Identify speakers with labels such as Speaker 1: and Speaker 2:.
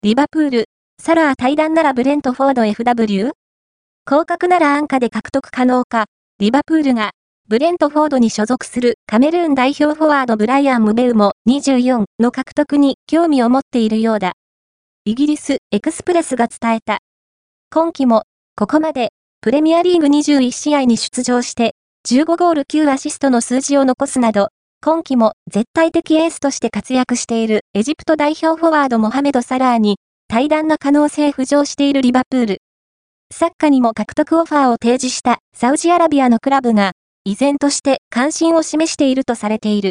Speaker 1: リバプール、サラー対談ならブレントフォード FW？ 降格なら安価で獲得可能か、リバプールが、ブレントフォードに所属するカメルーン代表フォワードブライアン・ムベウも24の獲得に興味を持っているようだ。イギリスエクスプレスが伝えた。今季も、ここまで、プレミアリーグ21試合に出場して、15ゴール9アシストの数字を残すなど、今季も絶対的エースとして活躍しているエジプト代表フォワードモハメド・サラーに、対談の可能性浮上しているリバプール。サッカーにも獲得オファーを提示したサウジアラビアのクラブが、依然として関心を示しているとされている。